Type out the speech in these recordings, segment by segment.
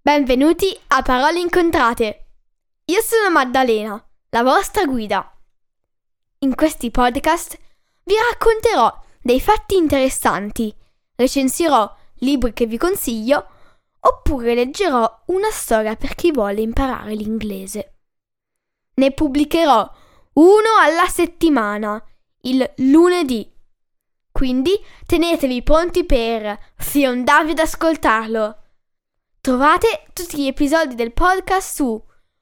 Benvenuti a Parole Incontrate. Io sono Maddalena, la vostra guida. In questi podcast vi racconterò dei fatti interessanti, recensirò libri che vi consiglio, oppure leggerò una storia per chi vuole imparare l'inglese. Ne pubblicherò uno alla settimana, il lunedì. Quindi tenetevi pronti per fiondarvi ad ascoltarlo. Trovate tutti gli episodi del podcast su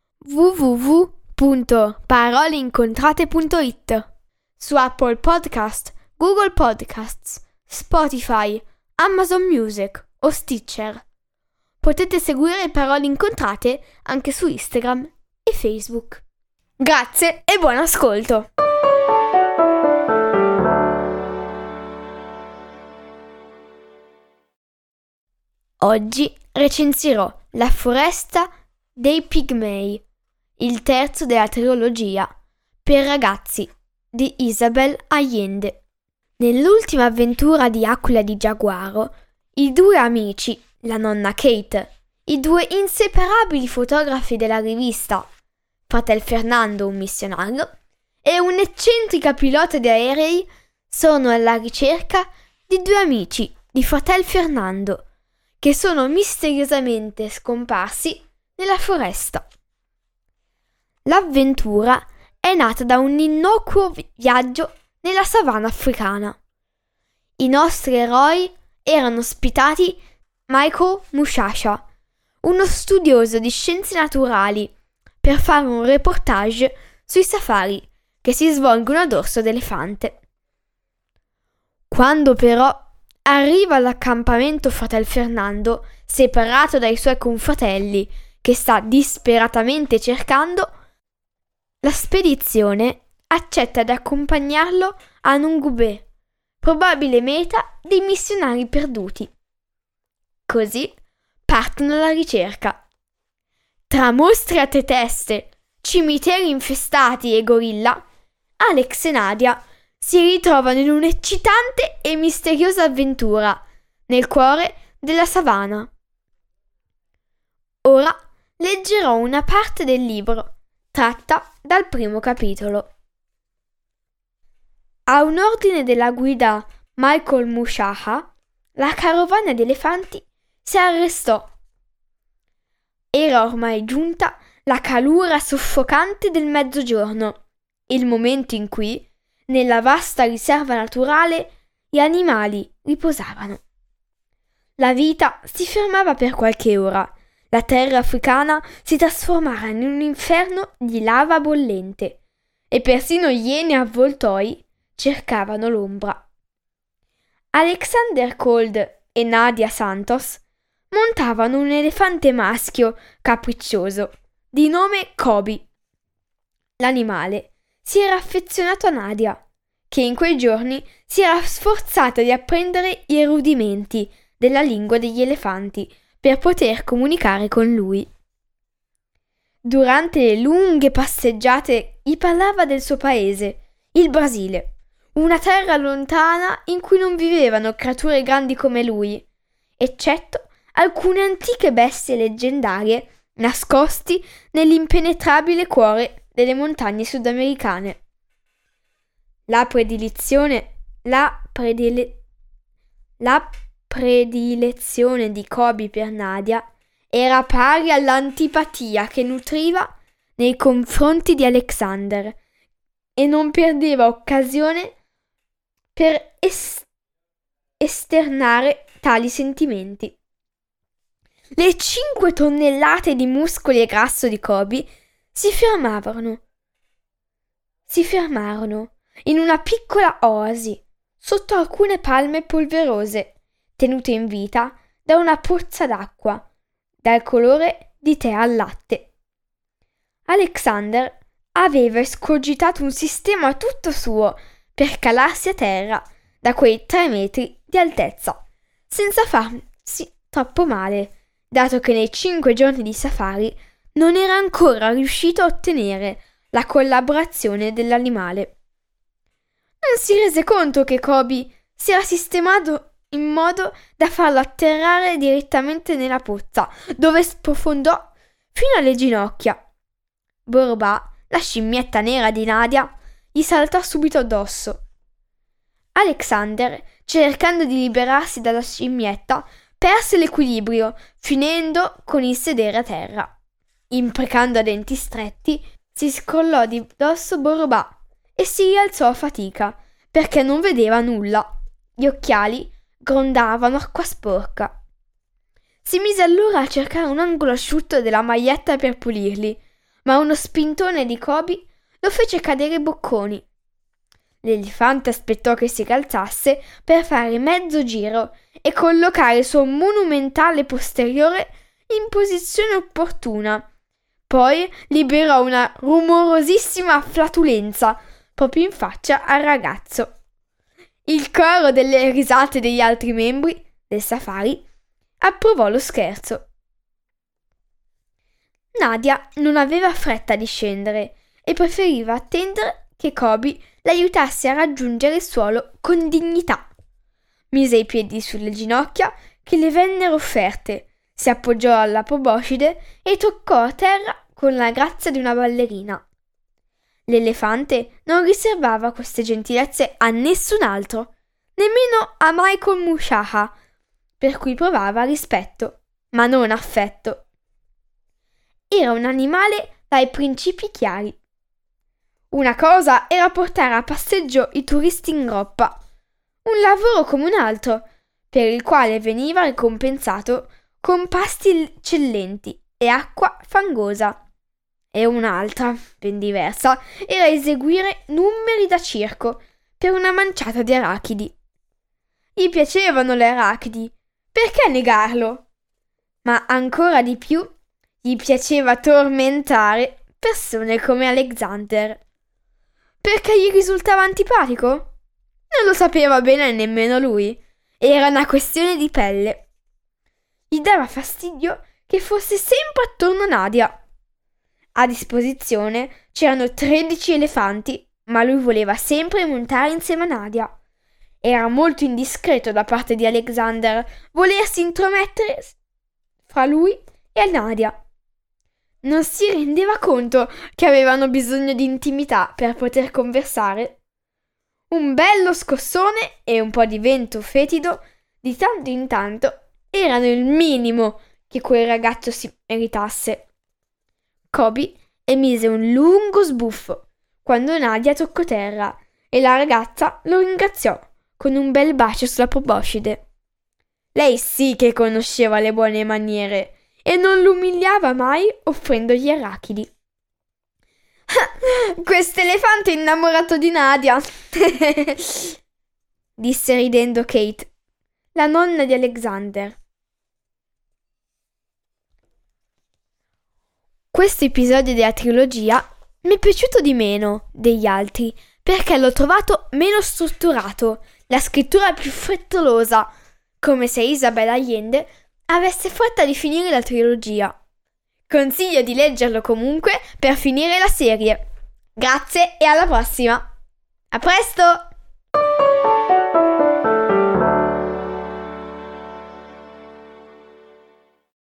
www.paroleincontrate.it, su Apple Podcast, Google Podcasts, Spotify, Amazon Music o Stitcher. Potete seguire Parole Incontrate anche su Instagram e Facebook. Grazie e buon ascolto! Oggi recensirò La foresta dei Pigmei, il terzo della trilogia per ragazzi di Isabel Allende. Nell'ultima avventura di Aquila di Giaguaro, i due amici, la nonna Kate, i due inseparabili fotografi della rivista, Fratel Fernando, un missionario, e un'eccentrica pilota di aerei, sono alla ricerca di due amici di Fratel Fernando, che sono misteriosamente scomparsi nella foresta. L'avventura è nata da un innocuo viaggio nella savana africana. I nostri eroi erano ospitati Michael Mushasha, uno studioso di scienze naturali, per fare un reportage sui safari che si svolgono a dorso d'elefante. Quando però arriva all'accampamento Fratel Fernando, separato dai suoi confratelli, che sta disperatamente cercando, la spedizione accetta di accompagnarlo a Nungube, probabile meta dei missionari perduti. Così partono alla ricerca. Tra mostri a teste, cimiteri infestati e gorilla, Alex e Nadia si ritrovano in un'eccitante e misteriosa avventura nel cuore della savana. Ora leggerò una parte del libro, tratta dal primo capitolo. A un ordine della guida Michael Mushaha, la carovana di elefanti si arrestò. Era ormai giunta la calura soffocante del mezzogiorno, il momento in cui nella vasta riserva naturale gli animali riposavano. La vita si fermava per qualche ora. La terra africana si trasformava in un inferno di lava bollente e persino iene avvoltoi cercavano l'ombra. Alexander Cold e Nadia Santos montavano un elefante maschio capriccioso di nome Kobe. L'animale si era affezionato a Nadia, che in quei giorni si era sforzata di apprendere i rudimenti della lingua degli elefanti per poter comunicare con lui. Durante le lunghe passeggiate gli parlava del suo paese, il Brasile, una terra lontana in cui non vivevano creature grandi come lui, eccetto alcune antiche bestie leggendarie nascosti nell'impenetrabile cuore delle montagne sudamericane. La predilezione di Kobe per Nadia era pari all'antipatia che nutriva nei confronti di Alexander e non perdeva occasione per esternare tali sentimenti. Le 5 tonnellate di muscoli e grasso di Kobe si fermarono in una piccola oasi sotto alcune palme polverose, tenute in vita da una pozza d'acqua dal colore di tè al latte. Alexander aveva escogitato un sistema tutto suo per calarsi a terra da quei 3 metri di altezza, senza farsi troppo male, dato che nei 5 giorni di safari non era ancora riuscito a ottenere la collaborazione dell'animale. Non si rese conto che Kobe si era sistemato in modo da farlo atterrare direttamente nella pozza, dove sprofondò fino alle ginocchia. Borbà, la scimmietta nera di Nadia, gli saltò subito addosso. Alexander, cercando di liberarsi dalla scimmietta, perse l'equilibrio, finendo con il sedere a terra. Imprecando a denti stretti, si scrollò di dosso Borbà e si rialzò a fatica, perché non vedeva nulla. Gli occhiali grondavano acqua sporca. Si mise allora a cercare un angolo asciutto della maglietta per pulirli, ma uno spintone di Koby lo fece cadere bocconi. L'elefante aspettò che si rialzasse per fare mezzo giro e collocare il suo monumentale posteriore in posizione opportuna. Poi liberò una rumorosissima flatulenza proprio in faccia al ragazzo. Il coro delle risate degli altri membri del safari approvò lo scherzo. Nadia non aveva fretta di scendere e preferiva attendere che Koby l'aiutasse a raggiungere il suolo con dignità. Mise i piedi sulle ginocchia che le vennero offerte, si appoggiò alla proboscide e toccò a terra con la grazia di una ballerina. L'elefante non riservava queste gentilezze a nessun altro, nemmeno a Michael Mushaha, per cui provava rispetto, ma non affetto. Era un animale dai principi chiari. Una cosa era portare a passeggio i turisti in groppa, un lavoro come un altro, per il quale veniva ricompensato con pasti eccellenti e acqua fangosa. E un'altra, ben diversa, era eseguire numeri da circo per una manciata di arachidi. Gli piacevano le arachidi, perché negarlo? Ma ancora di più gli piaceva tormentare persone come Alexander. Perché gli risultava antipatico? Non lo sapeva bene nemmeno lui. Era una questione di pelle. Gli dava fastidio che fosse sempre attorno a Nadia. A disposizione c'erano 13 elefanti, ma lui voleva sempre montare insieme a Nadia. Era molto indiscreto da parte di Alexander volersi intromettere fra lui e Nadia. Non si rendeva conto che avevano bisogno di intimità per poter conversare. Un bello scossone e un po' di vento fetido di tanto in tanto erano il minimo che quel ragazzo si meritasse. Koby emise un lungo sbuffo quando Nadia toccò terra e la ragazza lo ringraziò con un bel bacio sulla proboscide. Lei sì che conosceva le buone maniere e non l'umiliava mai offrendogli arachidi. Quest'elefante è innamorato di Nadia, disse ridendo Kate, la nonna di Alexander. Questo episodio della trilogia mi è piaciuto di meno degli altri perché l'ho trovato meno strutturato, la scrittura più frettolosa, come se Isabel Allende avesse fretta di finire la trilogia. Consiglio di leggerlo comunque per finire la serie. Grazie e alla prossima! A presto!